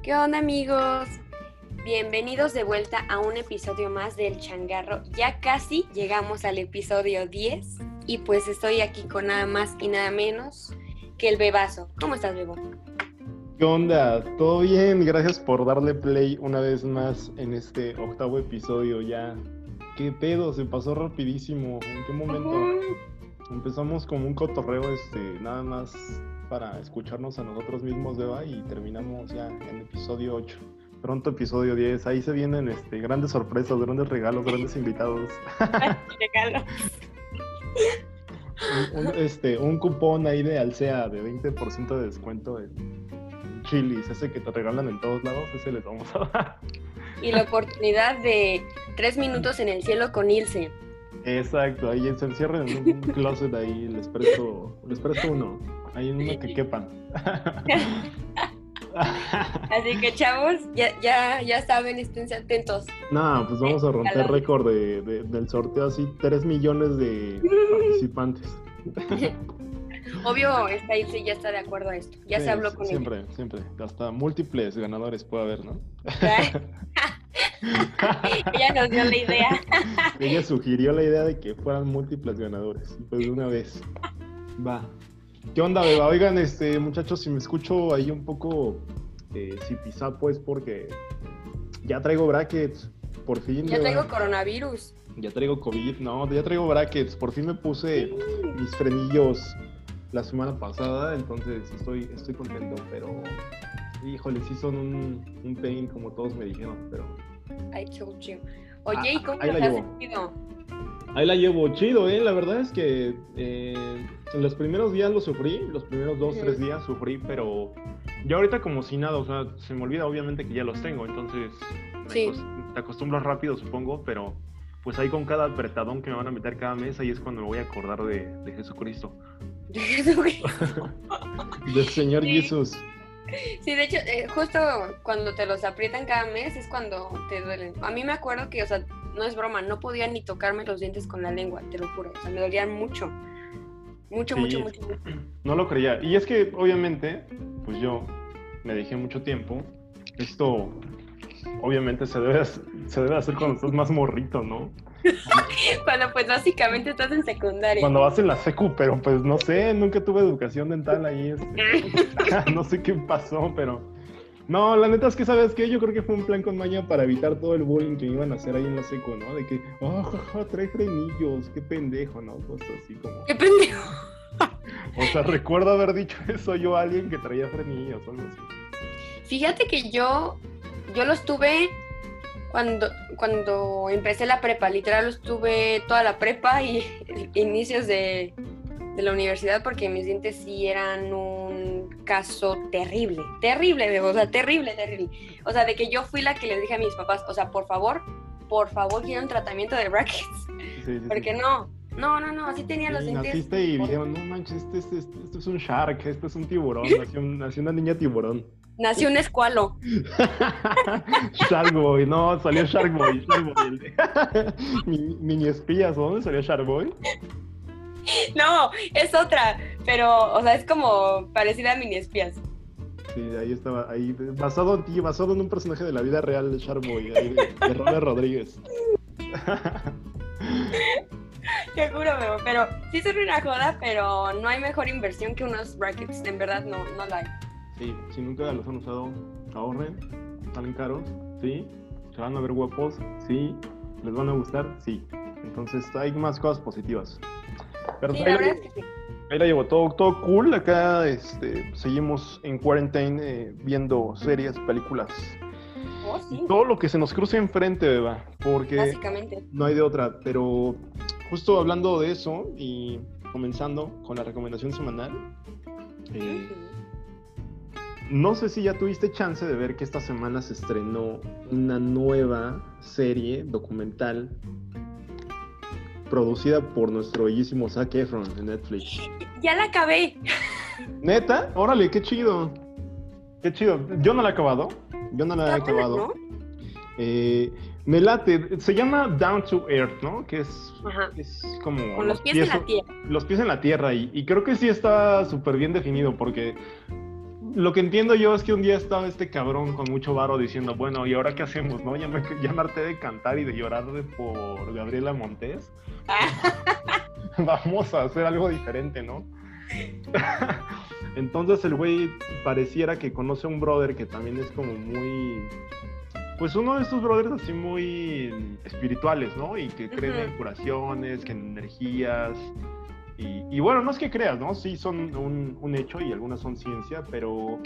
¿Qué onda, amigos? Bienvenidos de vuelta a un episodio más del Changarro. Ya casi llegamos al episodio 10 y pues estoy aquí con nada más y nada menos que el Bebazo. ¿Cómo estás, Bebo? ¿Qué onda? ¿Todo bien? Gracias por darle play una vez más en este octavo episodio ya. ¿Qué pedo? Se pasó rapidísimo. ¿En qué momento? Empezamos como un cotorreo nada más para escucharnos a nosotros mismos, Beba, y terminamos ya en episodio 8. Pronto episodio 10. Ahí se vienen grandes sorpresas, grandes regalos, grandes invitados. Regalo. Un cupón ahí de Alsea de 20% de descuento en Chili's, ese que te regalan en todos lados, ese les vamos a dar. Y la oportunidad de 3 minutos en el cielo con Ilse. Exacto, ahí se encierran en un closet, ahí les presto uno, hay uno que quepan. Así que, chavos, ya saben, estén atentos. No, pues vamos a romper récord del sorteo, así 3 millones de participantes. Obvio, esta Ilse ya está de acuerdo a esto. Ya Sí, se habló con ella. Siempre. Hasta múltiples ganadores puede haber, ¿no? Ella nos dio la idea. Ella sugirió la idea de que fueran múltiples ganadores. Pues de una vez. Va. ¿Qué onda, Beba? Oigan, muchachos, si me escucho ahí un poco zipizapo es porque ya traigo brackets. Por fin. Ya Beba. traigo coronavirus. Ya traigo COVID, no, ya traigo brackets. Por fin me puse mis frenillos la semana pasada, entonces estoy contento, pero híjole, sí son un pain, como todos me dijeron, pero... Ay, chuchi. Oye, ¿y cómo ahí te la has llevo. sentido? Ahí la llevo chido, la verdad es que en los primeros días lo sufrí, los primeros 2-3 días sufrí, pero ya ahorita como si nada, o sea, se me olvida obviamente que ya los tengo, entonces Sí. te acostumbras rápido, supongo, pero pues ahí con cada apretadón que me van a meter cada mes, ahí es cuando me voy a acordar de Jesucristo. De Jesucristo. Del Señor Sí. Jesús. Sí, de hecho, justo cuando te los aprietan cada mes es cuando te duelen. A mí me acuerdo que, o sea, no es broma, no podía ni tocarme los dientes con la lengua, te lo juro. O sea, me dolían mucho. Mucho. No lo creía. Y es que, obviamente, pues yo me dejé mucho tiempo. Esto, obviamente, se debe hacer cuando estás más morrito, ¿no? Cuando, pues, básicamente estás en secundaria. Cuando vas en la secu, pero pues no sé, nunca tuve educación dental ahí. No sé qué pasó, pero... No, la neta es que, ¿sabes qué? Yo creo que fue un plan con maña para evitar todo el bullying que iban a hacer ahí en la secu, ¿no? De que, jaja, trae frenillos, qué pendejo, ¿no? Cosas así como... ¡Qué pendejo! O sea, recuerdo haber dicho eso yo a alguien que traía frenillos o algo así. Fíjate que yo los tuve cuando empecé la prepa, literal los tuve toda la prepa y inicios de la universidad, porque mis dientes sí eran un caso terrible, Bebo, o sea, terrible. O sea, de que yo fui la que les dije a mis papás, o sea, por favor, quiero un tratamiento de brackets. Sí. Porque no, así tenía los dientes. Naciste y dijeron, no manches, este es un shark, este es un tiburón, nació una niña tiburón. Nació un escualo. Sharkboy, no, salió Sharkboy. Mini espías, ¿dónde salió Sharkboy? No, es otra, pero, o sea, es como parecida a Mini Espías. Sí, ahí estaba, ahí, basado en un personaje de la vida real de Sharkboy, ahí de Robert Rodríguez. Te juro, Bebo, pero sí son una joda, pero no hay mejor inversión que unos brackets, en verdad no la hay. Sí, si nunca los han usado, ahorren, salen caros, sí, se van a ver guapos, sí, les van a gustar, sí. Entonces hay más cosas positivas. Pero Sí, la verdad es que sí. Ahí la llevo, todo cool. Acá seguimos en quarantine viendo series, películas. Oh, sí. Todo lo que se nos cruce enfrente, Beba, porque Básicamente. no hay de otra. Pero justo hablando de eso y comenzando con la recomendación semanal, no sé si ya tuviste chance de ver que esta semana se estrenó una nueva serie documental producida por nuestro bellísimo Zac Efron de Netflix. Ya la acabé. ¿Neta? Órale, qué chido. Qué chido. Yo no la he acabado. ¿No? Me late. Se llama Down to Earth, ¿no? Que es como... Con los pies en la tierra. Los pies en la tierra. Y creo que sí está súper bien definido porque Lo que entiendo yo es que un día estaba este cabrón con mucho varo diciendo, bueno, ¿y ahora qué hacemos, no? Ya me harté de cantar y de llorar por Gabriela Montes. Vamos a hacer algo diferente, ¿no? Entonces el güey pareciera que conoce a un brother que también es como muy... Pues uno de estos brothers así muy espirituales, ¿no? Y que creen en curaciones, que en energías... Y bueno, no es que creas, ¿no? Sí son un hecho y algunas son ciencia, pero...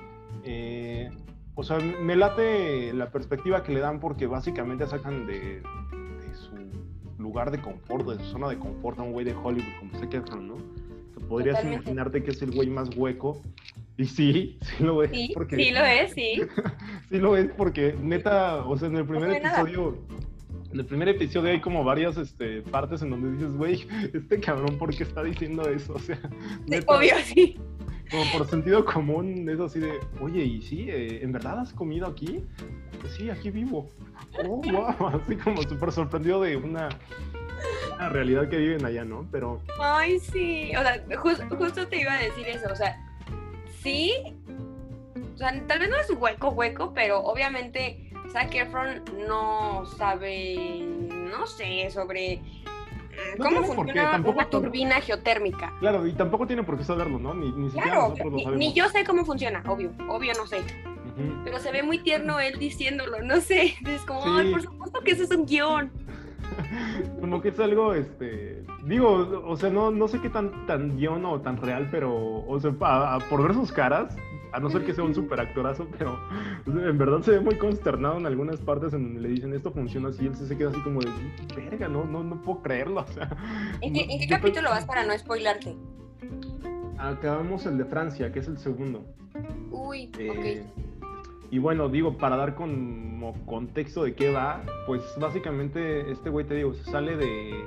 o sea, me late la perspectiva que le dan porque básicamente sacan de su lugar de confort, de su zona de confort a un güey de Hollywood como Zac Efron, ¿no? O sea, podrías Totalmente. imaginarte que es el güey más hueco. Y sí lo es. Sí, Porque... sí lo es, sí. Sí lo es porque neta, o sea, en el primer episodio... En el primer episodio hay como varias partes en donde dices, güey, este cabrón, ¿por qué está diciendo eso? O sea, neta, obvio, sí. Como por sentido común, es así de, oye, ¿y sí? ¿En verdad has comido aquí? Pues sí, aquí vivo. Oh, wow, así como súper sorprendido de una realidad que viven allá, ¿no? Pero... Ay, sí, o sea, justo te iba a decir eso, o sea, sí, o sea, tal vez no es hueco, pero obviamente Zac Efron no sabe, no sé, sobre cómo funciona una turbina geotérmica. Claro, y tampoco tiene por qué saberlo, ¿no? Ni siquiera nosotros lo sabemos. Ni yo sé cómo funciona, obvio no sé. Pero se ve muy tierno él diciéndolo, no sé, es como, sí. Ay, por supuesto que eso es un guión. Como que es algo, digo, o sea, no sé qué tan guión o tan real, pero, o sea, por ver sus caras, a no ser que sea un super actorazo, pero o sea, en verdad se ve muy consternado en algunas partes en donde le dicen esto funciona así, él se queda así como de, verga, no puedo creerlo, o sea. ¿En qué capítulo vas para no spoilarte? Acabamos el de Francia, que es el segundo. Uy, ok. Y bueno, digo, para dar como contexto de qué va, pues básicamente este güey, te digo, se sale de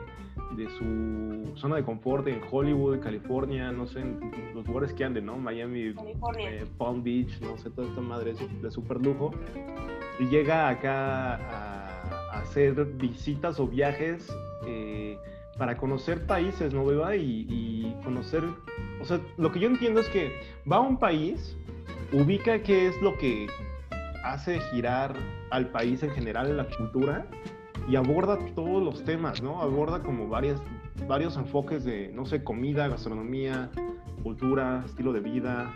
su zona de confort en Hollywood, California, no sé, en los lugares que ande, ¿no? Miami, Palm Beach, no sé, toda esta madre de súper lujo. Y llega acá a hacer visitas o viajes para conocer países, ¿no, beba? Y conocer, o sea, lo que yo entiendo es que va a un país, ubica qué es lo que hace girar al país en general, en la cultura, y aborda todos los temas, ¿no? Aborda como varios enfoques de, no sé, comida, gastronomía, cultura, estilo de vida,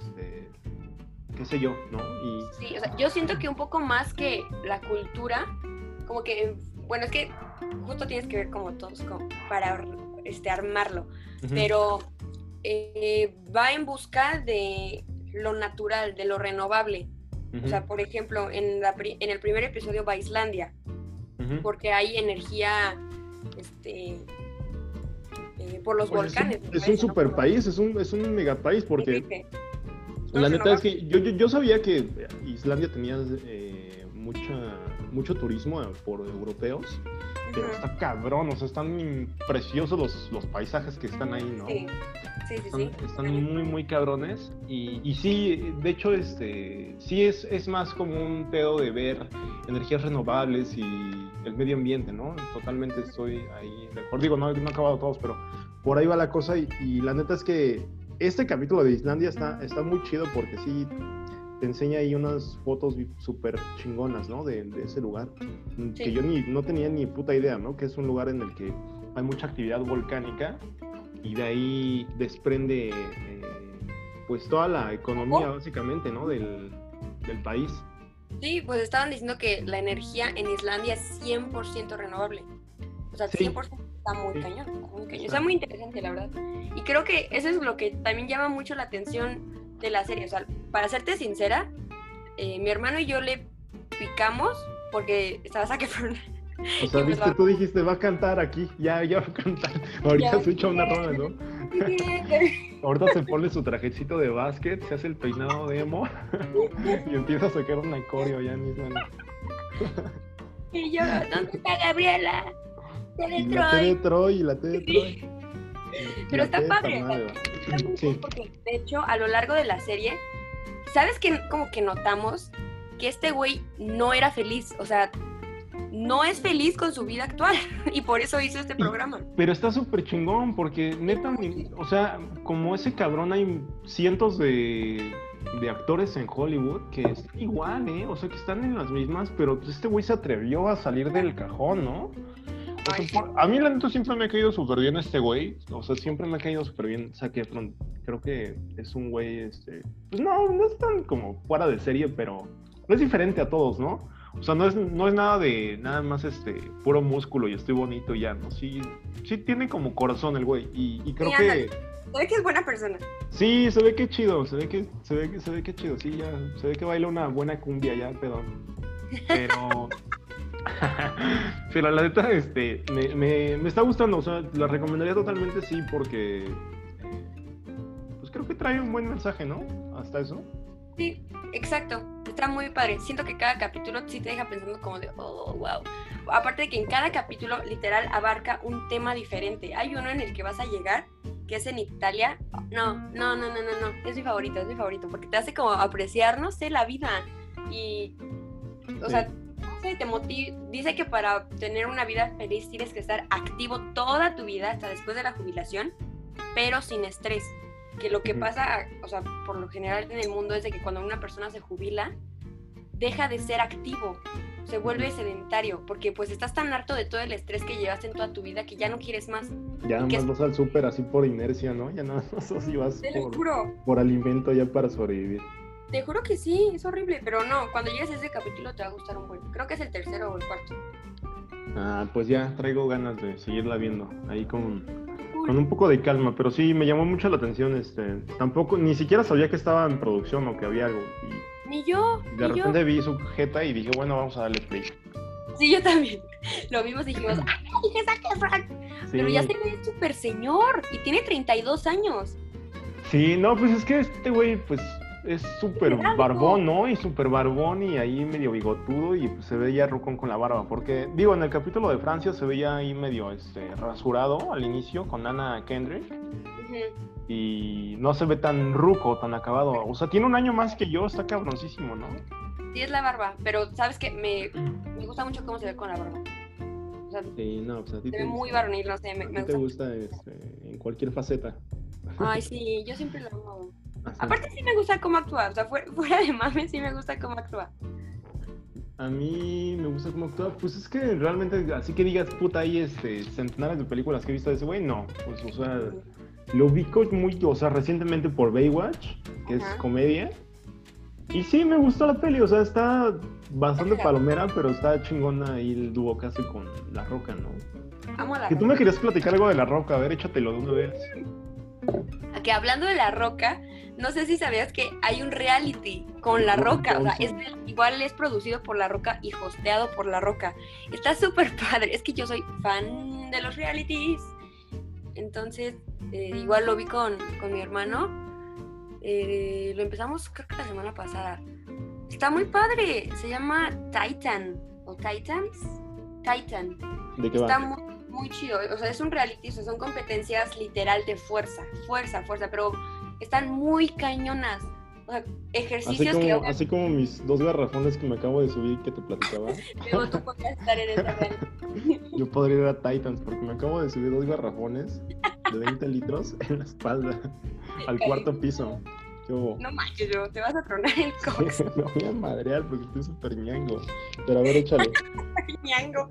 qué sé yo, ¿no? Sí, o sea, yo siento que un poco más que la cultura, como que, bueno, es que justo tienes que ver como todos como para armarlo, pero va en busca de lo natural, de lo renovable. O sea, por ejemplo, en el primer episodio va a Islandia, porque hay energía por los volcanes. Es un super país, es un megapaís, porque la neta es que yo sabía que Islandia tenía mucho turismo por europeos, pero está cabrón, o sea, están preciosos los paisajes que están ahí, ¿no? Sí. Están muy, muy cabrones. Y sí, de hecho, sí es más como un pedo de ver energías renovables y el medio ambiente, ¿no? Totalmente estoy ahí de acuerdo. Digo, no he acabado todos, pero por ahí va la cosa. Y la neta es que este capítulo de Islandia está muy chido porque sí te enseña ahí unas fotos súper chingonas, ¿no? De ese lugar. Sí. Que yo no tenía ni puta idea, ¿no? Que es un lugar en el que hay mucha actividad volcánica. Y de ahí desprende pues toda la economía básicamente, ¿no? Del país. Sí, pues estaban diciendo que la energía en Islandia es 100% renovable. O sea, 100% está muy cañón, está muy cañón. Está muy interesante, la verdad. Y creo que eso es lo que también llama mucho la atención de la serie. O sea, para serte sincera, mi hermano y yo le picamos porque estaba Zac Efron. O sea, viste, tú dijiste, va a cantar aquí, ya va a cantar. Ahorita se echa una rola, ¿no? Ahorita se pone su trajecito de básquet, se hace el peinado de emo y empieza a sacar una coreo ya mismo. Y yo, ¿dónde está Gabriela? Y la T de Troy. Pero está padre, está muy cool porque de hecho a lo largo de la serie, ¿sabes qué? Como que notamos que este güey no era feliz, o sea, no es feliz con su vida actual y por eso hizo este programa. Pero está súper chingón porque neta, o sea, como ese cabrón hay cientos de de actores en Hollywood que es igual, ¿eh? O sea, que están en las mismas, pero pues este güey se atrevió a salir del cajón, ¿no? O sea, Ay, sí. a mí la neta siempre me ha caído súper bien este güey. O sea, siempre me ha caído súper bien Zac Efron. Creo que es un güey, pues no es tan como fuera de serie, pero es diferente a todos, ¿no? O sea, no es nada de, nada más puro músculo y estoy bonito y ya, ¿no? Sí tiene como corazón el güey. Y creo Sí, que ándale. Se ve que es buena persona. sí, se ve que chido, se ve que chido, sí, ya, se ve que baila una buena cumbia ya, perdón. Pero pero la neta, me está gustando, o sea, la recomendaría totalmente sí, porque pues creo que trae un buen mensaje, ¿no? Hasta eso. Sí, exacto. Está muy padre. Siento que cada capítulo sí te deja pensando como de, oh, wow. Aparte de que en cada capítulo literal abarca un tema diferente. Hay uno en el que vas a llegar, que es en Italia. No. Es mi favorito, porque te hace como apreciar, no sé, la vida. Y, o Sí. sea, no sé, te motiva. Dice que para tener una vida feliz tienes que estar activo toda tu vida, hasta después de la jubilación, pero sin estrés. Que lo que Ujú. pasa, o sea, por lo general en el mundo es de que cuando una persona se jubila, deja de ser activo, se vuelve sedentario, porque pues estás tan harto de todo el estrés que llevaste en toda tu vida que ya no quieres más. Ya Y nada que más vas al súper así por inercia, ¿no? Ya nada más así vas te lo juro, por alimento ya para sobrevivir. te juro que sí, es horrible, pero no, cuando llegues a ese capítulo te va a gustar un buen. Creo que es el tercero o el cuarto. Ah, pues ya traigo ganas de seguirla viendo, ahí con Cool. un poco de calma, pero sí, me llamó mucho la atención, tampoco, ni siquiera sabía que estaba en producción o que había algo, Ni yo, y de ni yo. repente vi su jeta y dije, bueno, vamos a darle play. Sí, yo también. Lo vimos y dijimos, ¡ay, dije Zac Efron! Pero ya Sí, se ve súper señor y tiene 32 años. sí, no, pues es que este güey, pues, es súper Algo. barbón, ¿no? Y súper barbón y ahí medio bigotudo y pues se veía rucón con la barba, porque, digo, en el capítulo de Francia se veía ahí medio, rasurado al inicio con Anna Kendrick Ujú. y no se ve tan ruco, tan acabado, o sea, tiene un año más que yo, está cabroncísimo, ¿no? Sí, es la barba, pero sabes que me gusta mucho cómo se ve con la barba. O sea, Sí, no, pues a ti se te ve muy gusta, varonil, no sé, a me ti te gusta mucho. gusta, en cualquier faceta. Ay, sí, yo siempre lo amo. Ajá. Aparte sí me gusta cómo actúa, o sea, fuera de mame sí me gusta cómo actúa. A mí me gusta cómo actúa, pues es que realmente, así que digas, puta, hay centenares de películas que he visto de ese güey, no, pues o sea, lo ubico muy, o sea, recientemente por Baywatch, que es Ajá. comedia, y sí, me gustó la peli, o sea, está bastante palomera, pero está chingona ahí el dúo casi con La Roca, ¿no? Amo a La Que tú me Roca. querías platicar algo de La Roca, a ver, échatelo de una vez. Que hablando de La Roca, no sé si sabías que hay un reality con La Dwayne Roca, o sea, Johnson. igual es producido por La Roca y hosteado por La Roca. Está súper padre, es que yo soy fan de los realities. Entonces, igual lo vi con mi hermano. Lo empezamos creo que la semana pasada. Está muy padre, se llama Titan o Titans. Titan. ¿De qué Está va? muy chido, o sea, es un reality, o sea, son competencias literal de fuerza, pero están muy cañonas. O sea, ejercicios que Así como mis 2 garrafones que me acabo de subir que te platicaba. luego tú podrías estar en esa reality. Yo podría ir a Titans porque me acabo de subir 2 garrafones de 20 litros en la espalda al cuarto piso. Yo No manches, yo, te vas a tronar el cox, me voy a madrear porque estoy súper ñango. Pero a ver, échale. ñango.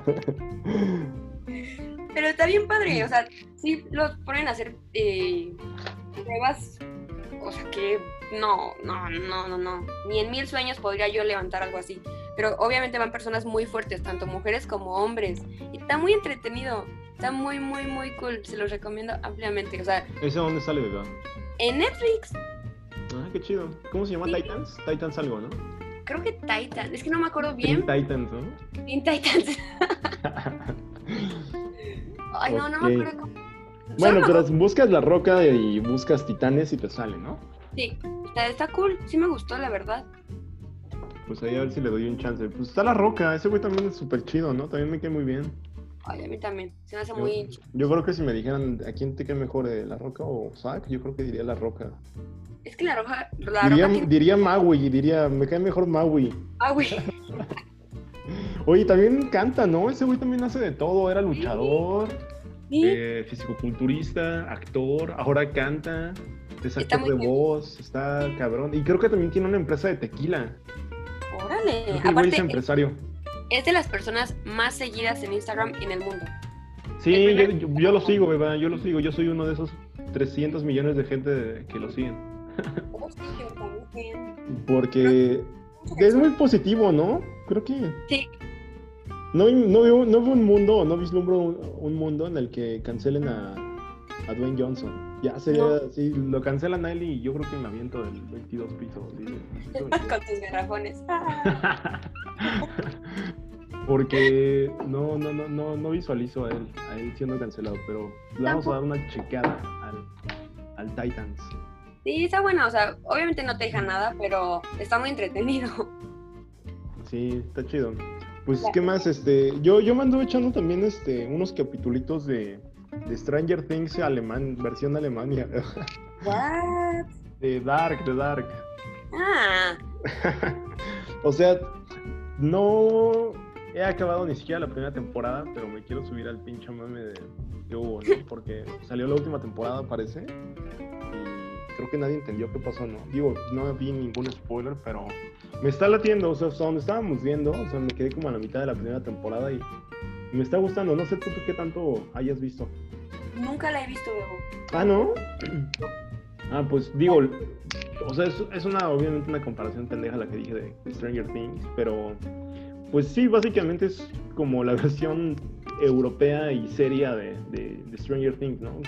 Pero está bien padre, o sea, sí los ponen a hacer pruebas, o sea que no. Ni en 1000 sueños podría yo levantar algo así. Pero obviamente van personas muy fuertes, tanto mujeres como hombres. Y está muy entretenido, está muy cool, se los recomiendo ampliamente. O sea, ¿Ese dónde sale, verdad? en Netflix, Ah, qué chido. ¿Cómo se llama? sí, Titans? Titans algo, ¿no? creo que Titan, es que no me acuerdo Teen bien. Titans, ¿no? Teen Titans. Ay, no me Ok. acuerdo cómo. Solo Bueno, me pero acuerdo. buscas La Roca y buscas Titanes y te sale, ¿no? Sí, está cool, sí me gustó, la verdad. Pues ahí a ver si le doy un chance. Pues está La Roca, ese güey también es súper chido, ¿no? También me cae muy bien. Ay, a mí también, se me hace Yo, muy. yo creo que si me dijeran a quién te cae mejor, La Roca o Zack, yo creo que diría La Roca. Es que la Diría, roca tiene. diría Maui, me cae mejor Maui. Ah, güey. Oye, también canta, ¿no? Ese güey también hace de todo, era Sí, luchador, sí. fisicoculturista, actor, ahora canta. Es Está actor muy de bien. voz, está cabrón. Y creo que también tiene una empresa de tequila. Órale. Creo que el güey es Aparte, empresario. es de las personas más seguidas en Instagram en el mundo. El Sí, primer... yo lo sigo, beba, yo lo sigo. Yo soy uno de esos 300 millones de gente que lo siguen. Oh, sí, yo también. Creo que Porque mucha es muy persona. positivo, ¿no? Creo que Sí, no veo un mundo, no vislumbro un mundo en el que cancelen a Dwayne Johnson. Ya sería no, así, lo cancelan a él y yo creo que me aviento del 22 pisos. Así de, piso 22. con tus garrafones. Porque no visualizo a él siendo cancelado, pero le vamos a dar Tampoco. una checada al Titans. Sí, está buena, o sea, obviamente no te deja nada, pero está muy entretenido. Sí, está chido. Pues, La- ¿qué más? Yo me anduve echando también unos capitulitos de Stranger Things versión Alemania. What? De Dark. Ah, O sea, no he acabado ni siquiera la primera temporada, pero me quiero subir al pinche mame que hubo, ¿no? Porque salió la última temporada, parece, y creo que nadie entendió qué pasó, ¿no? Digo, no vi ningún spoiler, pero me está latiendo, o sea, hasta donde estábamos viendo, o sea, me quedé como a la mitad de la primera temporada y me está gustando. No sé tú qué tanto hayas visto. nunca la he visto, Bebo. Ah, ¿no? Ah, pues digo, o sea, es obviamente una comparación pendeja la que dije de Stranger Things, pero pues sí, básicamente es como la versión europea y seria de Stranger Things, ¿no?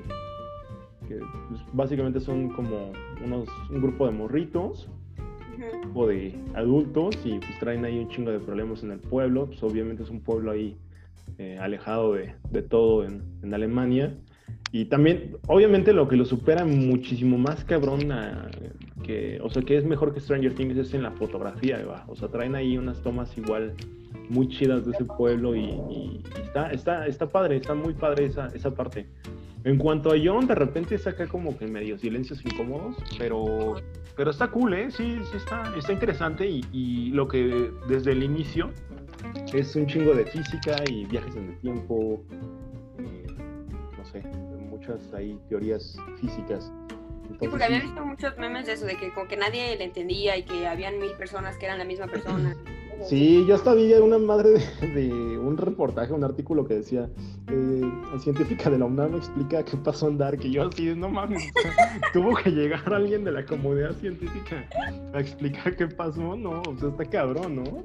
Que pues, básicamente son como un grupo de morritos Ujú. o de adultos y pues traen ahí un chingo de problemas en el pueblo. Pues obviamente es un pueblo ahí alejado de todo en Alemania. Y también, obviamente, lo que lo supera muchísimo más cabrón, o sea, que es mejor que Stranger Things es en la fotografía, ¿va? O sea, traen ahí unas tomas igual muy chidas de ese pueblo y está padre, está muy padre esa parte. En cuanto a John, de repente saca como que medio silencios incómodos, pero está cool, ¿eh? Sí, está interesante y lo que desde el inicio es un chingo de física y viajes en el tiempo, no sé, muchas ahí teorías físicas. Sí, Entonces porque había sí, visto muchos memes de eso, de que como que nadie le entendía y que habían 1000 personas que eran la misma persona. Cosas así. sí, yo hasta vi una madre de un reportaje, un artículo que decía, científica de la UNAM explica qué pasó en Dark, y yo así, no mames, o sea, tuvo que llegar alguien de la comunidad científica a explicar qué pasó, no, o sea, está cabrón, ¿no?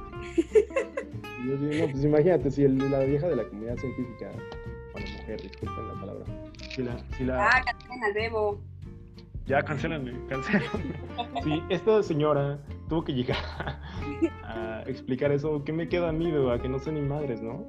Y yo digo, no, pues imagínate, si la vieja de la comunidad científica, bueno, mujer, disculpen la palabra, si la Ah, cancelen al Bebo. ya, cancélenme. Sí, esta señora tuvo que llegar a explicar eso. ¿Qué me queda a mí, beba? Que no sé ni madres, ¿no?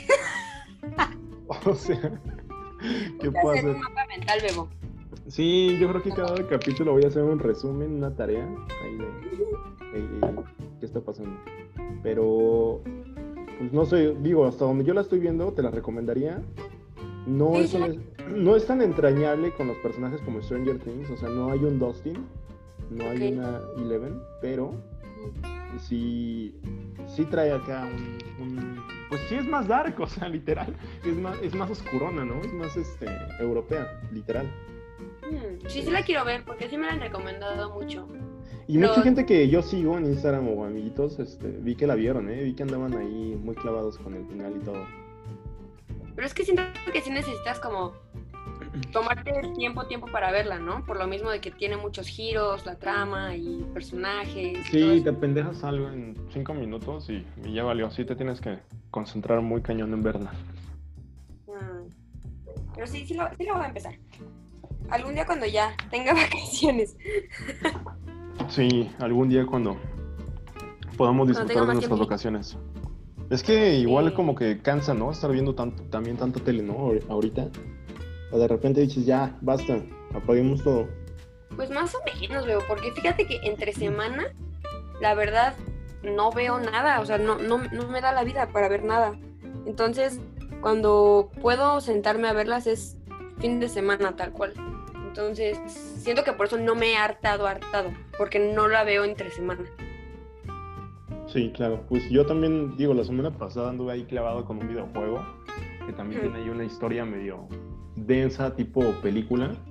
O sea, ¿qué puedo Hacer hacer? un mapa mental, Bebo. Sí, yo creo que cada capítulo voy a hacer un resumen, una tarea ahí de qué está pasando. Pero, pues no sé, digo, hasta donde yo la estoy viendo, te la recomendaría. No Sí, es, sí, no es tan entrañable con los personajes como Stranger Things, o sea, no hay un Dustin, no hay ok. una Eleven, pero sí, sí trae acá pues sí es más dark, o sea, literal, es más oscurona, ¿no? Es más europea, literal. Sí, sí la quiero ver porque sí me la han recomendado mucho. Y Pero, mucha gente que yo sigo en Instagram o amiguitos, vi que la vieron, vi que andaban ahí muy clavados con el final y todo. pero es que siento que sí necesitas como tomarte el tiempo para verla, ¿no? Por lo mismo de que tiene muchos giros, la trama y personajes y todo Sí, eso. te pendejas algo en 5 minutos y ya valió. Sí, te tienes que concentrar muy cañón en verla. Mm, Pero sí, sí lo voy a empezar. Algún día cuando ya tenga vacaciones. Sí, algún día cuando podamos Cuando tenga disfrutar de más nuestras tiempo. vacaciones. Es que igual Sí. como que cansa, ¿no? Estar viendo también tanta tele, ¿no? Ahorita. O de repente dices, ya, basta, apaguemos todo. Pues más o menos veo, porque fíjate que entre semana, la verdad, no veo nada, o sea, no me da la vida para ver nada. Entonces, cuando puedo sentarme a verlas es fin de semana, tal cual. Entonces, siento que por eso no me he hartado, porque no la veo entre semana. Sí, claro. Pues yo también, digo, la semana pasada anduve ahí clavado con un videojuego que también tiene ahí una historia medio densa, tipo película.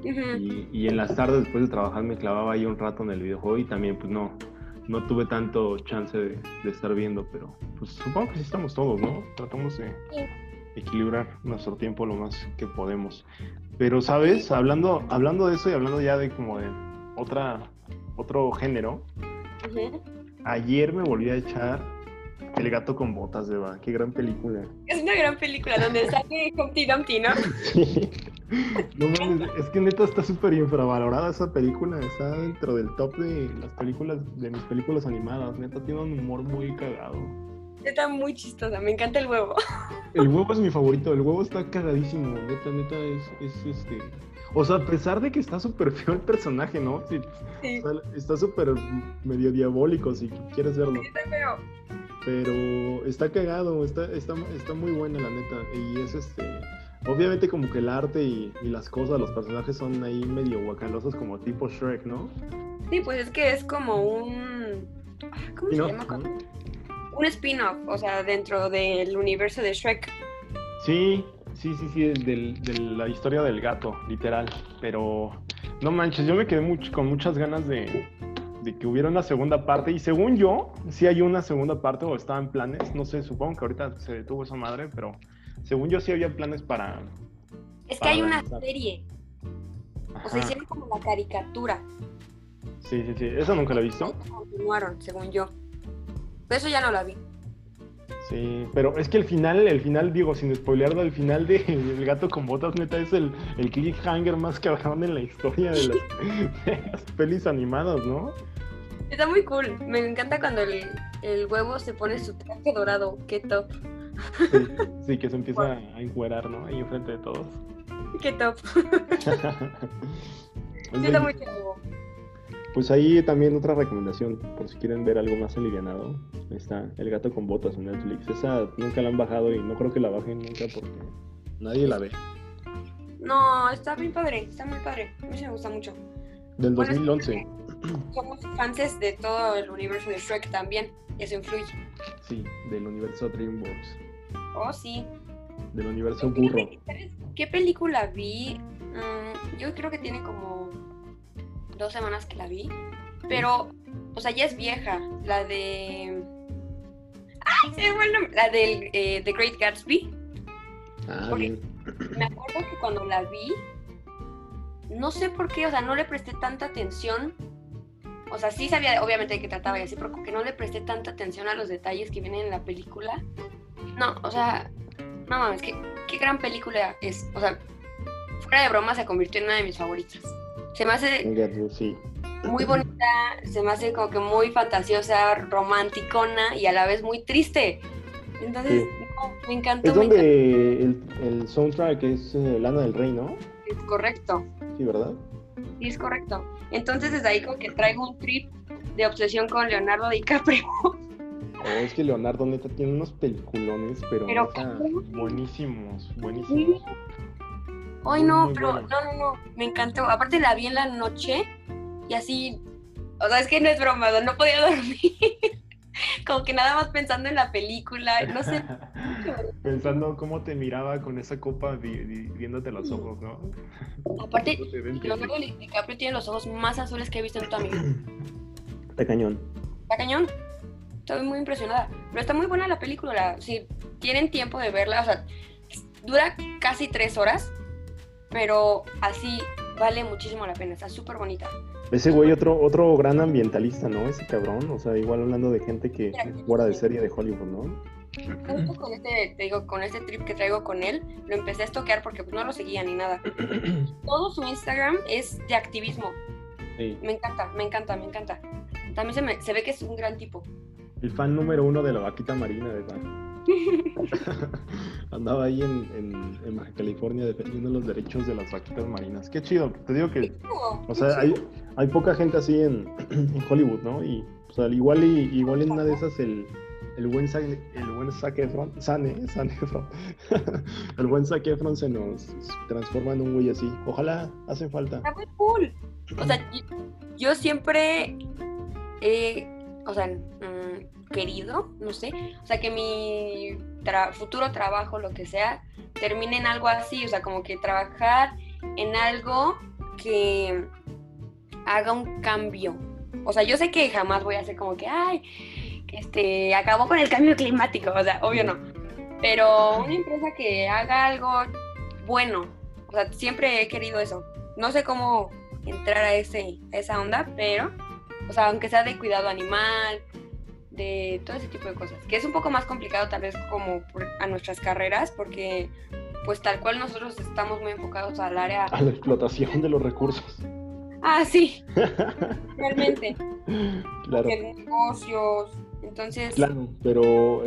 Ujú. y en las tardes después de trabajar me clavaba ahí un rato en el videojuego y también pues no tuve tanto chance de estar viendo, pero pues supongo que sí estamos todos, ¿no? Tratamos de Sí. equilibrar nuestro tiempo lo más que podemos. Pero, Sí. ¿sabes? Hablando de eso y hablando ya de como de otro género, Ujú. ayer me volví a echar El gato con botas, Eva. Qué gran película. Es una gran película donde sale Humpty Dumpty, ¿no? Sí. No mames, es que neta está súper infravalorada esa película. Está dentro del top de las películas, de mis películas animadas. Neta tiene un humor muy cagado. Está muy chistosa, me encanta el huevo. El huevo es mi favorito, el huevo está cagadísimo, neta es. O sea, a pesar de que está súper feo el personaje, ¿no? Sí, Sí, o sea, está súper medio diabólico si quieres verlo. está feo. Pero está cagado, está muy buena la neta. Y es obviamente como que el arte y las cosas, los personajes son ahí medio guacalosos como tipo Shrek, ¿no? Sí, pues es que es como ¿cómo Y se no, llama? ¿no? Un spin-off, o sea, dentro del universo de Shrek. Sí, de la historia del gato, literal. Pero no manches, yo me quedé con muchas ganas de que hubiera una segunda parte. Y según yo, sí hay una segunda parte o estaba en planes. No sé, supongo que ahorita se detuvo esa madre, pero según yo sí había planes Es que para hay una lanzar. serie, o sea, Ajá. hicieron como la caricatura. Sí. ¿Esa nunca la he visto? Continuaron, según yo. Pero eso ya no la vi. Sí, pero es que el final, digo, sin spoilearlo, el final de El gato con botas, neta, es el cliffhanger más cabrón en la historia de las pelis animadas, ¿no? Está muy cool. Me encanta cuando el huevo se pone su traje dorado. Qué top. Sí, que se empieza a encuerar, ¿no? Ahí enfrente de todos. Qué top. Es Sí, está muy del- chido. Pues ahí también otra recomendación, por si quieren ver algo más alivianado, está El gato con botas en Netflix. Esa nunca la han bajado y no creo que la bajen nunca porque nadie la ve. No, está muy padre. Está muy padre. A mí sí me gusta mucho. Del Bueno, es 2011. que somos fans de todo el universo de Shrek también. Y eso influye. Sí, del universo DreamWorks. Oh, sí. Del universo burro. ¿Sabes qué película vi? Yo creo que tiene como 2 semanas que la vi. Pero, o sea, ya es vieja. La de... ¡Ay, se me fue el nombre! La del The Great Gatsby. Ah, Porque bien. me acuerdo que cuando la vi, no sé por qué, o sea, no le presté tanta atención. O sea, sí sabía obviamente de qué trataba y así, pero como que no le presté tanta atención a los detalles que vienen en la película. No, o sea, no mames, qué gran película es. O sea, fuera de broma se convirtió en una de mis favoritas. Se me hace Sí. muy bonita, se me hace como que muy fantasiosa, romanticona y a la vez muy triste. Entonces, Sí. no, me encantó, Es donde el soundtrack es Lana del Rey, ¿no? Es correcto. Sí, ¿verdad? Sí, es correcto. Entonces desde ahí como que traigo un trip de obsesión con Leonardo DiCaprio. Oh, es que Leonardo neta tiene unos peliculones, pero Pero neta, buenísimos. sí. Ay, Muy, no, muy pero buenos. no, me encantó. Aparte la vi en la noche y así, o sea, es que no es broma, no podía dormir. Como que nada más pensando en la película, no sé. Pensando cómo te miraba con esa copa viéndote los ojos, ¿no? Aparte, Dándote 20. Leonardo DiCaprio tiene los ojos más azules que he visto en toda mi vida. Está cañón. Está cañón. Estoy muy impresionada. Pero está muy buena la película. Si tienen tiempo de verla, o sea, dura casi 3 horas, pero así vale muchísimo la pena. Está súper bonita. Ese güey, otro gran ambientalista, ¿no? Ese cabrón. O sea, igual hablando de gente que es fuera de serie de Hollywood, ¿no? Justo con te digo, con este trip que traigo con él, lo empecé a stalkear porque pues, no lo seguía ni nada. Todo su Instagram es de activismo. Sí. Me encanta. También se ve que es un gran tipo. El fan número 1 de la vaquita marina, ¿verdad? Andaba ahí en Baja California defendiendo los derechos de las vaquitas marinas. Qué chido. Te digo que, o sea, hay poca gente así en Hollywood, ¿no? Y, o sea, igual en una de esas el buen Zac Efron, el buen Zac Efron se nos transforma en un güey así. Ojalá, hace falta. Está muy cool. O sea, yo siempre he, o sea, querido, no sé, o sea, que mi futuro trabajo, lo que sea, termine en algo así, o sea, como que trabajar en algo que haga un cambio. O sea, yo sé que jamás voy a hacer como que, ay, acabó con el cambio climático, o sea, obvio no. Pero una empresa que haga algo bueno, o sea, siempre he querido eso. No sé cómo entrar a esa onda, pero, o sea, aunque sea de cuidado animal, de todo ese tipo de cosas, que es un poco más complicado tal vez como a nuestras carreras, porque pues tal cual nosotros estamos muy enfocados al área... A la explotación de los recursos. Ah, sí, realmente. Claro. De negocios, entonces... Claro, pero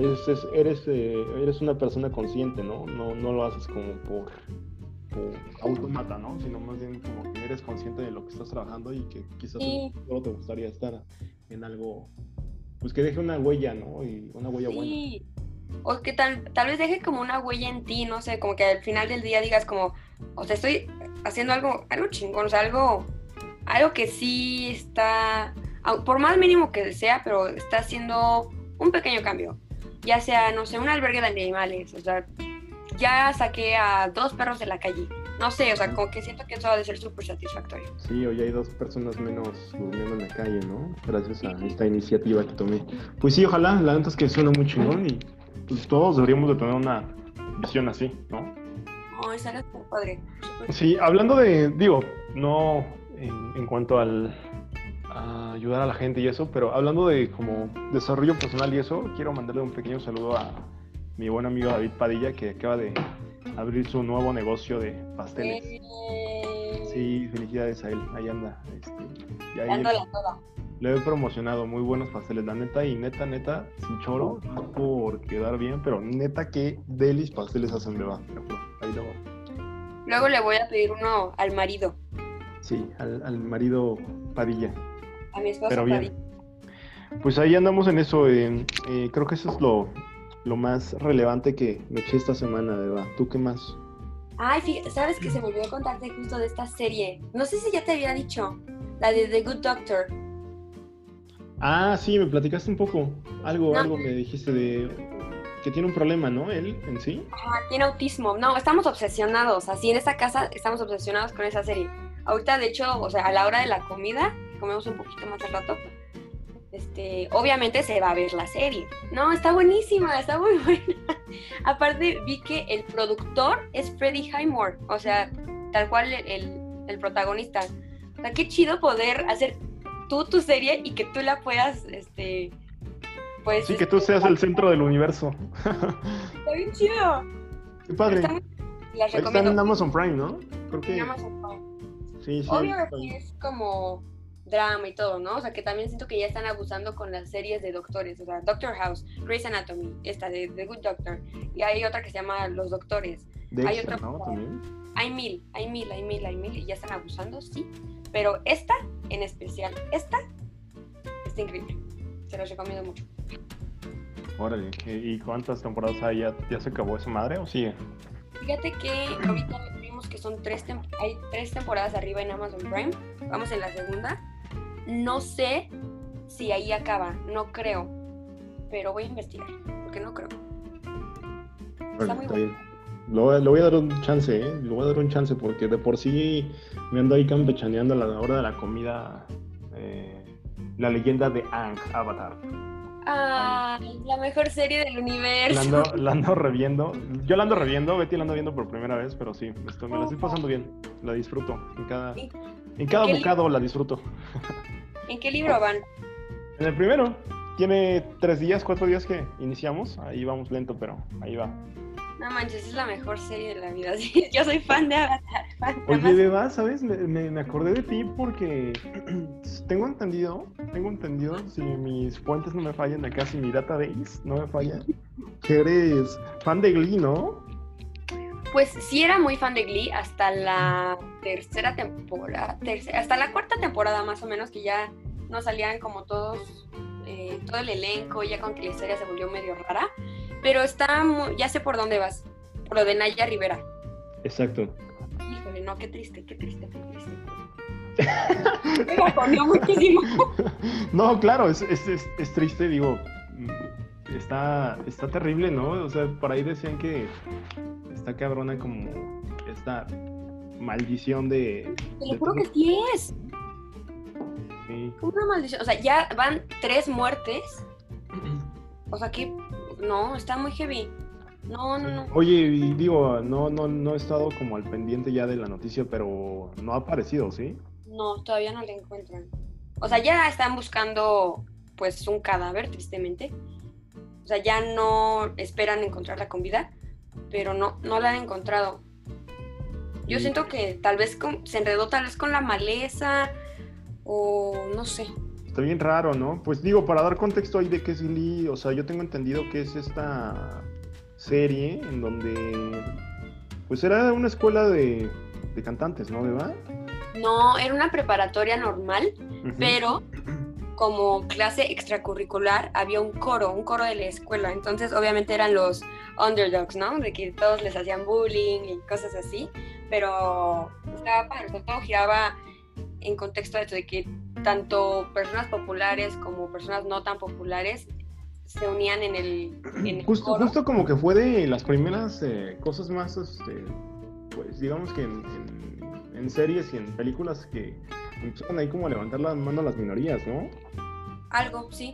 eres una persona consciente, ¿no? No lo haces como por automata, ¿no? Sino más bien como que eres consciente de lo que estás trabajando y que quizás sí. solo te gustaría estar en algo, pues que deje una huella, ¿no? Y una huella sí. buena. O que tal vez deje como una huella en ti, no sé, como que al final del día digas como, o sea, estoy haciendo algo chingón, o sea, algo que sí está, por más mínimo que sea, pero está haciendo un pequeño cambio. Ya sea, no sé, un albergue de animales, o sea, ya saqué a 2 perros de la calle. No sé, o sea, como que siento que eso ha de ser súper satisfactorio. Sí, hoy hay 2 personas menos durmiendo en la calle, ¿no? Gracias a esta iniciativa que tomé. Pues sí, ojalá, la neta es que suena muy chingón y pues todos deberíamos de tener una visión así, ¿no? No, esa era súper padre. Sí, hablando de, digo, no en cuanto a ayudar a la gente y eso, pero hablando de como desarrollo personal y eso, quiero mandarle un pequeño saludo a mi buen amigo David Padilla, que acaba de abrir su nuevo negocio de pasteles. Sí, felicidades a él, ahí anda. Y ahí Dándola toda. le he promocionado muy buenos pasteles, la neta, y neta, sin choro, no por quedar bien, pero neta que delis pasteles hacen de va, ahí luego. Luego le voy a pedir uno al marido. Sí, al marido Padilla. A mi esposo Pero bien. Padilla. Pues ahí andamos en eso. Creo que eso es lo más relevante que me eché esta semana, Eva. ¿Tú qué más? Ay, fíjate, ¿sabes que se me olvidó contarte justo de esta serie? No sé si ya te había dicho, la de The Good Doctor. Ah, sí, me platicaste un poco. Algo No. me dijiste de que tiene un problema, ¿no? Él en sí. Ajá, tiene autismo. No, estamos obsesionados. Así en esta casa estamos obsesionados con esa serie. Ahorita, de hecho, o sea, a la hora de la comida, comemos un poquito más al rato. Obviamente se va a ver la serie. No, está buenísima, está muy buena. Aparte, vi que el productor es Freddie Highmore, o sea, tal cual el protagonista. O sea, qué chido poder hacer tú tu serie y que tú la puedas, pues... Sí, que tú seas el centro del universo. Está bien chido. Qué padre. Las Ahí está en Amazon Prime, ¿no? Creo que... En Amazon Prime. Sí. Obvio que es como drama y todo, ¿no? O sea, que también siento que ya están abusando con las series de doctores, o sea, Doctor House, Grey's Anatomy, esta de The Good Doctor, y hay otra que se llama Los Doctores. Dexter, hay otra, ¿no? También. Hay mil, y ya están abusando, sí, pero esta, en especial, esta, está increíble, se los recomiendo mucho. Órale, ¿y cuántas temporadas hay? ¿Ya se acabó esa madre o sigue? Fíjate que ahorita vimos que son hay 3 temporadas arriba en Amazon Prime, vamos en la segunda. No sé si ahí acaba, no creo, pero voy a investigar, porque no creo. Está muy bueno. Le voy a dar un chance, le voy a dar un chance porque de por sí me ando ahí campechaneando a la hora de la comida la leyenda de Aang, Avatar. Ay, la mejor serie del universo. La ando reviendo. Yo la ando reviendo, Betty la ando viendo por primera vez, pero sí, me la estoy pasando bien. La disfruto. En cada bocado la disfruto. ¿En qué libro van? En el primero. Tiene 4 días que iniciamos. Ahí vamos lento, pero ahí va. No manches, es la mejor serie de la vida. Sí, yo soy fan de Avatar. Oye, Beba, ¿sabes? Me acordé de ti porque tengo entendido, si mis fuentes no me fallan acá, si mi database no me falla, que eres fan de Glee, ¿no? Pues sí era muy fan de Glee hasta la tercera temporada, hasta la 4ª temporada más o menos, que ya no salían como todo el elenco, ya con que la historia se volvió medio rara. Pero ya sé por dónde vas, por lo de Naya Rivera. Exacto. Híjole, no, qué triste. Me bajonió muchísimo. No, claro, es triste, digo, está terrible, ¿no? O sea, por ahí decían que está cabrona como esta maldición de... Te lo juro que sí es. Sí. Como una maldición. O sea, ya van 3 muertes. O sea que no, está muy heavy. No. Oye, y digo, no he estado como al pendiente ya de la noticia, pero no ha aparecido, ¿sí? No, todavía no la encuentran. O sea, ya están buscando pues un cadáver, tristemente. O sea, ya no esperan encontrarla con vida, pero no la han encontrado. Yo siento que tal vez se enredó tal vez con la maleza o no sé. Está bien raro, ¿no? Pues digo, para dar contexto ahí de qué es Glee, o sea, yo tengo entendido que es esta serie en donde pues era una escuela de cantantes, ¿no? ¿Verdad? No, era una preparatoria normal, Uh-huh. pero como clase extracurricular había un coro de la escuela. Entonces, obviamente eran los underdogs, ¿no? De que todos les hacían bullying y cosas así. Pero estaba padre, o sea, todo giraba en contexto de esto, de que tanto personas populares como personas no tan populares se unían en el coro. Justo como que fue de las primeras cosas más, pues digamos que en series y en películas que empiezan ahí como a levantar la mano a las minorías, ¿no? Algo, sí.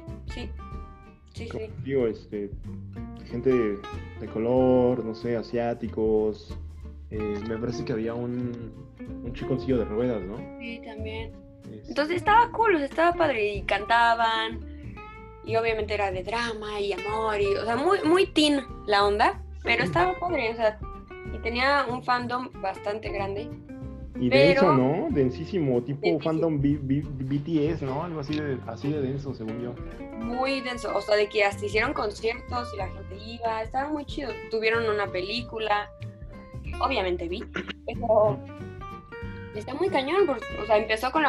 Como digo, gente de color, no sé, asiáticos. Me parece que había un chico en silla de ruedas, ¿no? Sí, también. Entonces estaba cool, o sea, estaba padre y cantaban y obviamente era de drama y amor y, o sea, muy teen la onda, pero estaba padre, o sea, y tenía un fandom bastante grande. Y pero denso, ¿no? Densísimo, tipo densísimo. fandom BTS, ¿no? Algo así de denso, según yo. Muy denso, o sea, de que hasta hicieron conciertos y la gente iba, estaba muy chido. Tuvieron una película, obviamente vi, pero está muy cañón, porque, o sea, empezó con la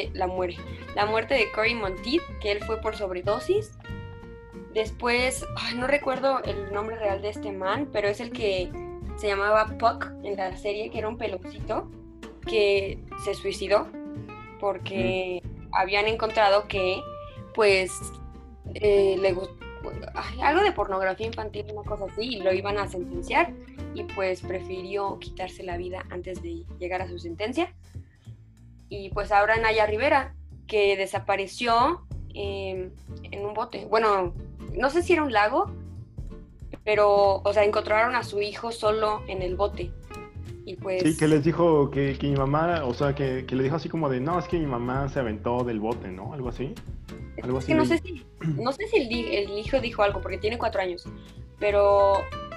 muerte de Cory Monteith, que él fue por sobredosis. Después, no recuerdo el nombre real de este man, pero es el que se llamaba Puck en la serie, que era un peloncito que se suicidó porque habían encontrado que, pues, le gustó algo de pornografía infantil, una cosa así, y lo iban a sentenciar, y pues prefirió quitarse la vida antes de llegar a su sentencia. Y pues ahora Naya Rivera, que desapareció en un bote. Bueno, no sé si era un lago, pero, o sea, encontraron a su hijo solo en el bote. Y pues... Sí, que les dijo que mi mamá, o sea, que le dijo así como de, no, es que mi mamá se aventó del bote, ¿no? Algo así. Algo Es así. que no sé si el hijo dijo algo, porque tiene 4 años, pero...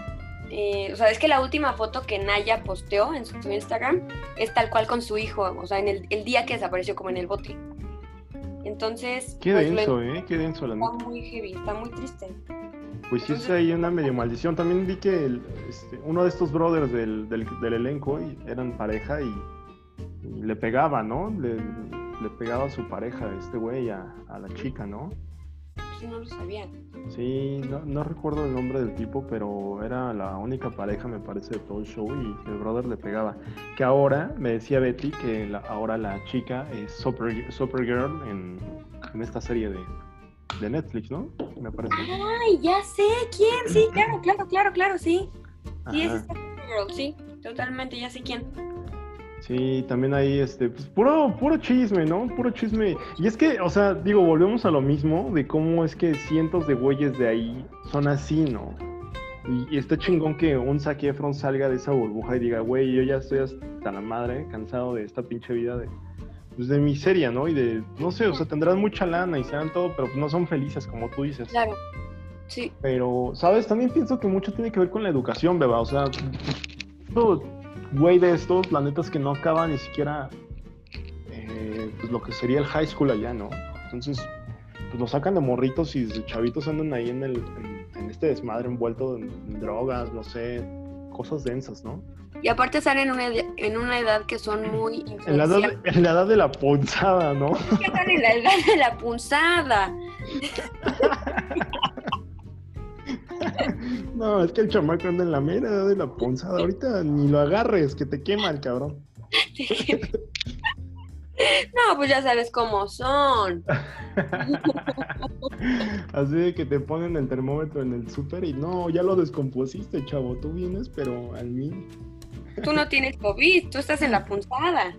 o sea, es que la última foto que Naya posteó en su Instagram es tal cual con su hijo, o sea, en el día que desapareció, como en el bote. Entonces... Qué pues, denso, qué denso la neta. Está muy heavy, está muy triste. Pues sí, es ahí una medio maldición. También vi que uno de estos brothers del elenco eran pareja y le pegaba, ¿no? Le pegaba a su pareja, este güey, a la chica, ¿no? Sí, no lo sabía. Sí, no recuerdo el nombre del tipo, pero era la única pareja, me parece, de todo el show y el brother le pegaba. Que ahora, me decía Betty, que ahora la chica es Supergirl en esta serie de Netflix, ¿no? Me parece. ¡Ay, ya sé quién! Sí, claro, sí. Sí, es Ajá. esta girl, sí, totalmente, ya sé quién. Sí, también hay pues puro chisme, ¿no? Puro chisme. Y es que, o sea, digo, volvemos a lo mismo de cómo es que cientos de güeyes de ahí son así, ¿no? Y está chingón que un Zac Efron salga de esa burbuja y diga, güey, yo ya estoy hasta la madre, cansado de esta pinche vida de miseria, ¿no? Y de, no sé, o sea, tendrán mucha lana y sean todo, pero no son felices, como tú dices. Claro, sí. Pero, ¿sabes? También pienso que mucho tiene que ver con la educación, beba. O sea, todo güey de estos, la neta es que no acaba ni siquiera pues lo que sería el high school allá, ¿no? Entonces, pues lo sacan de morritos y desde chavitos andan ahí en este desmadre envuelto en drogas, no sé, cosas densas, ¿no? Y aparte están en una edad que son muy En la edad de la punzada, ¿no? Están en la edad de la punzada. No, es que el chamaco anda en la mera edad de la punzada. Ahorita ni lo agarres, que te quema el cabrón. No, pues ya sabes cómo son. Así de que te ponen el termómetro en el súper y no, ya lo descompusiste, chavo. Tú vienes, pero al mil. Tú no tienes COVID, tú estás en la punzada.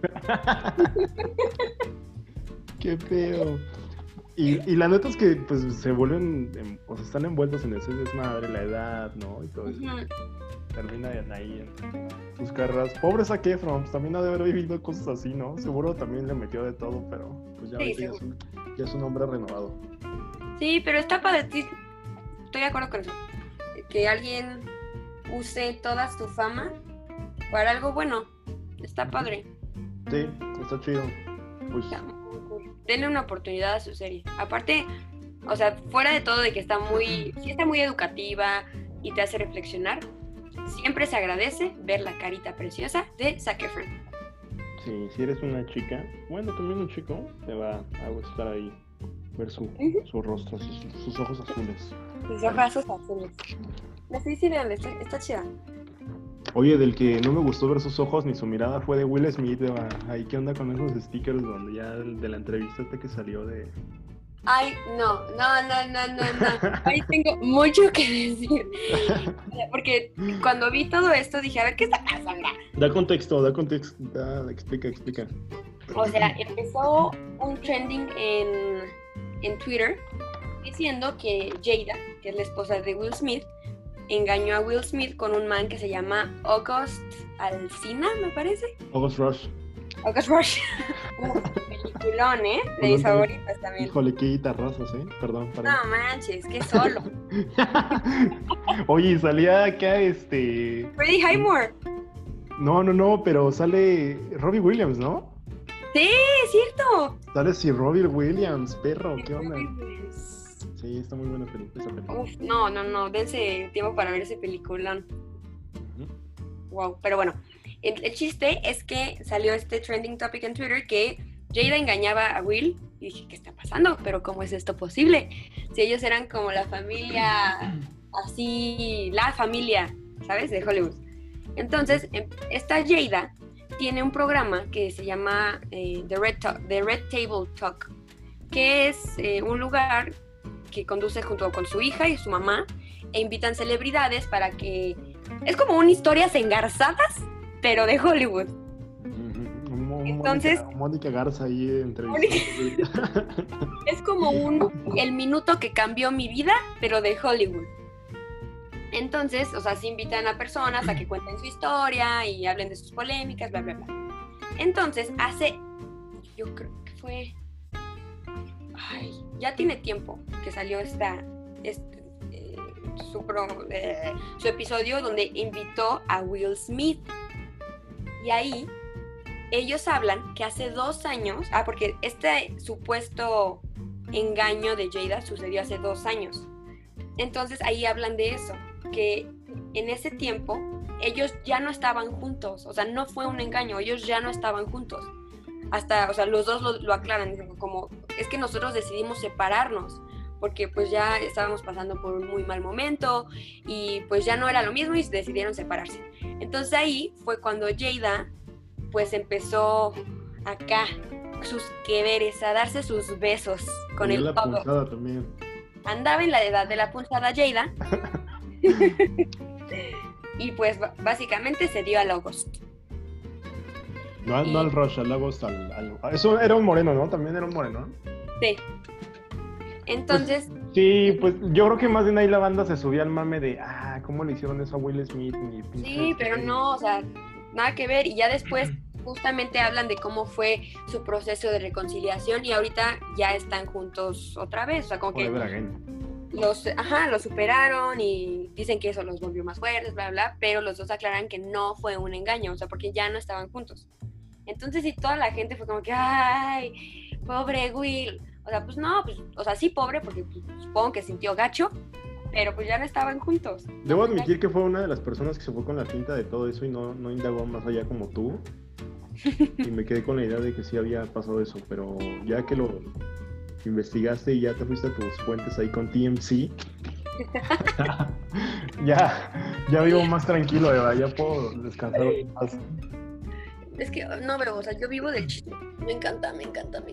Qué feo. Y la neta es que pues se vuelven, o sea, están envueltos en ese desmadre, la edad, ¿no? Y todo eso. Ujú. Terminan ahí en sus carreras. Pobre Zac Efron, pues, también ha de haber vivido cosas así, ¿no? Seguro también le metió de todo, pero pues ya Sí, ahorita seguro. ya es un hombre renovado. Sí, pero está padre, sí, estoy de acuerdo con eso. Que alguien use toda su fama para algo bueno. Está padre. Sí, está chido. Pues, Está muy cool. Denle una oportunidad a su serie. Aparte, o sea, fuera de todo de que sí está muy educativa y te hace reflexionar, siempre se agradece ver la carita preciosa de Zac Efron. sí, si eres una chica, bueno, también un chico, te va a gustar ahí ver su rostro, sus ojos azules. Sus ojos azules. Sí, véanla, está chida. Oye, del que no me gustó ver sus ojos ni su mirada fue de Will Smith. Ahí, ¿qué onda con esos stickers donde ya de la entrevista que salió de... Ay, no. Ahí tengo mucho que decir. Porque cuando vi todo esto dije, a ver, ¿qué está pasando? Da contexto, explica. O sea, empezó un trending en Twitter diciendo que Jada, que es la esposa de Will Smith, engañó a Will Smith con un man que se llama August Alsina, me parece. August Rush. August Rush. Peliculón, ¿eh? De mis favoritas también. Híjole, qué guitarrazos, ¿eh? Perdón. No manches, qué solo. Oye, salía acá Freddie Highmore. No, pero sale Robbie Williams, ¿no? Sí, es cierto. Sale si Robbie Williams, perro, ¿qué onda? Sí, está muy buena esa película. Uf, no, dense tiempo para ver ese peliculón. Wow, pero bueno, el chiste es que salió este trending topic en Twitter que Jada engañaba a Will y dije, ¿qué está pasando? Pero ¿cómo es esto posible? Si ellos eran como la familia, así, la familia, ¿sabes? De Hollywood. Entonces, esta Jada tiene un programa que se llama The Red Table Talk, que es un lugar que conduce junto con su hija y su mamá e invitan celebridades para que... Es como una historias engarzadas, pero de Hollywood. Entonces... Mónica Garza ahí entrevistando. Es como el minuto que cambió mi vida, pero de Hollywood. Entonces, o sea, se invitan a personas a que cuenten su historia y hablen de sus polémicas, bla, bla, bla. Entonces, yo creo que fue... ya tiene tiempo que salió su episodio donde invitó a Will Smith. Y ahí ellos hablan que hace 2 años, porque este supuesto engaño de Jada sucedió hace 2 años. Entonces ahí hablan de eso, que en ese tiempo ellos ya no estaban juntos, o sea, no fue un engaño, ellos ya no estaban juntos. Hasta, o sea, los dos lo aclaran, dicen como, es que nosotros decidimos separarnos, porque pues ya estábamos pasando por un muy mal momento y pues ya no era lo mismo y decidieron separarse. Entonces ahí fue cuando Jada pues empezó acá sus queveres, a darse sus besos con el la punzada también. Andaba en la edad de la punzada Jada y pues básicamente se dio al August. No al Rush, al August, eso era un moreno, ¿no? También era un moreno. Sí. Entonces... Pues, sí, pues yo creo que más bien ahí la banda se subía al mame de, ¿cómo le hicieron eso a Will Smith? Sí, pero no, o sea, nada que ver. Y ya después justamente hablan de cómo fue su proceso de reconciliación y ahorita ya están juntos otra vez. O sea, como que los superaron y dicen que eso los volvió más fuertes, bla, bla, pero los dos aclaran que no fue un engaño, o sea, porque ya no estaban juntos. Entonces sí, toda la gente fue como que, ¡ay, pobre Will! O sea, pues no, pues, o sea, sí pobre, porque pues, supongo que sintió gacho, pero pues ya no estaban juntos. Debo admitir que fue una de las personas que se fue con la finta de todo eso y no indagó más allá como tú. Y me quedé con la idea de que sí había pasado eso, pero ya que lo investigaste y ya te fuiste a tus fuentes ahí con TMZ, ya vivo más tranquilo, Eva, ya puedo descansar más. Es que no, pero, o sea, yo vivo del chisme. Me encanta.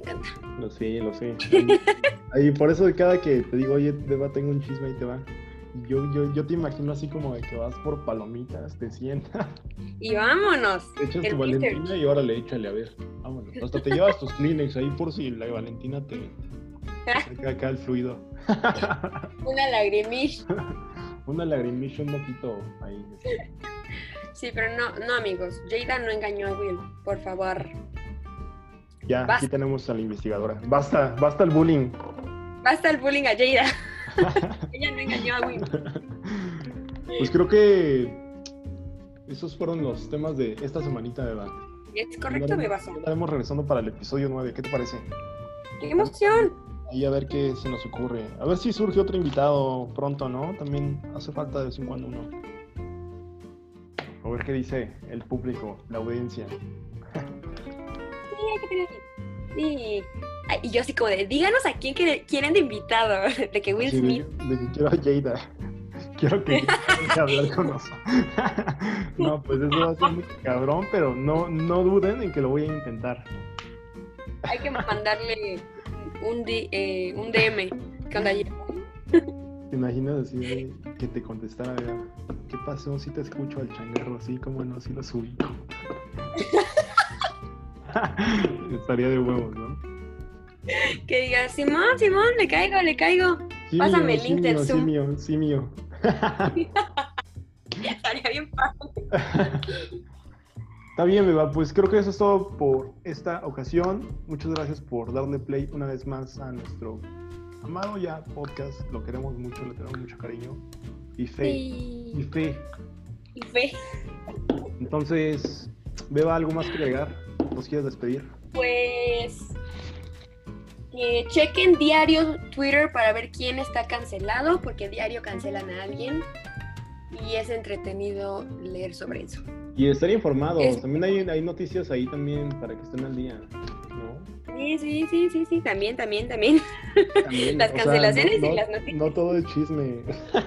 Lo sé. Ahí por eso cada que te digo, oye, Eva, tengo un chisme, ahí te va. Yo te imagino así como de que vas por palomitas, te sientas, Y vámonos. te echas El tu research. Valentina y órale, échale, a ver, vámonos. Hasta te llevas tus Kleenex ahí por si la Valentina te saca acá el fluido. Una lagrimish. Una lagrimilla, un moquito ahí. Sí, pero no, amigos. Jada no engañó a Will, por favor. Ya, Basta. aquí tenemos a la investigadora. Basta el bullying. Basta el bullying a Jada. Ella no engañó a Will. Pues creo que esos fueron los temas de esta semanita, Eva. Es correcto, me baso. Estaremos regresando para el episodio 9. ¿Qué te parece? ¡Qué emoción! Ahí a ver qué se nos ocurre. A ver si surge otro invitado pronto, ¿no? También hace falta de vez en cuando uno. A ver qué dice el público, la audiencia. Sí, hay que tener. Sí. Ay, y yo así como de, díganos a quién quieren de invitado. De que Will Así Smith. de que quiero a Jada. Quiero que venga a hablar con nosotros. No, pues eso va a ser muy cabrón, pero no duden en que lo voy a intentar. Hay que mandarle un DM. ¿Qué onda? ¿Te imaginas así de que te contestara, vea, ¿qué pasó? Si te escucho al changarro así, como no, si lo subí. Estaría de huevos, ¿no? Que diga, Simón, le caigo. Sí, Pásame mío, el link del Zoom. sí, mío. Estaría bien padre. Está bien, Beba, pues creo que eso es todo por esta ocasión. Muchas gracias por darle play una vez más a nuestro amado ya podcast. Lo queremos mucho, le tenemos mucho cariño y fe. Sí. Y fe. Y fe. Entonces, Beba, ¿algo más que agregar? ¿Nos quieres despedir? Pues chequen diario Twitter para ver quién está cancelado, porque diario cancelan a alguien y es entretenido leer sobre eso. Y estar informados. También hay noticias ahí también para que estén al día, ¿no? Sí, también. También, Las o sea, cancelaciones y las noticias. No todo es chisme.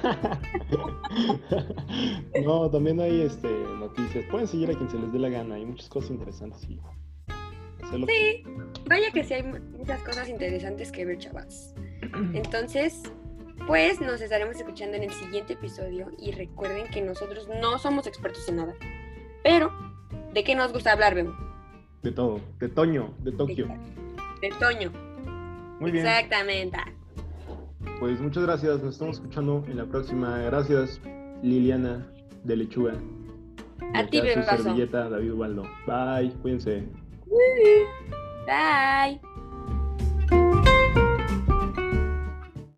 No, también hay noticias. Pueden seguir a quien se les dé la gana. Hay muchas cosas interesantes y hacerlo. Sí, vaya que sí hay muchas cosas interesantes que ver, chavas. Entonces, pues nos estaremos escuchando en el siguiente episodio y recuerden que nosotros no somos expertos en nada. Pero, ¿de qué nos gusta hablar, Bebo? De todo. De Toño, de Tokio. De Toño. Muy bien. Exactamente. Pues muchas gracias. Nos estamos escuchando en la próxima. Gracias, Liliana de Lechuga. A ti, Su Bebazo. servilleta, David Ubaldo. Bye, cuídense. Bye.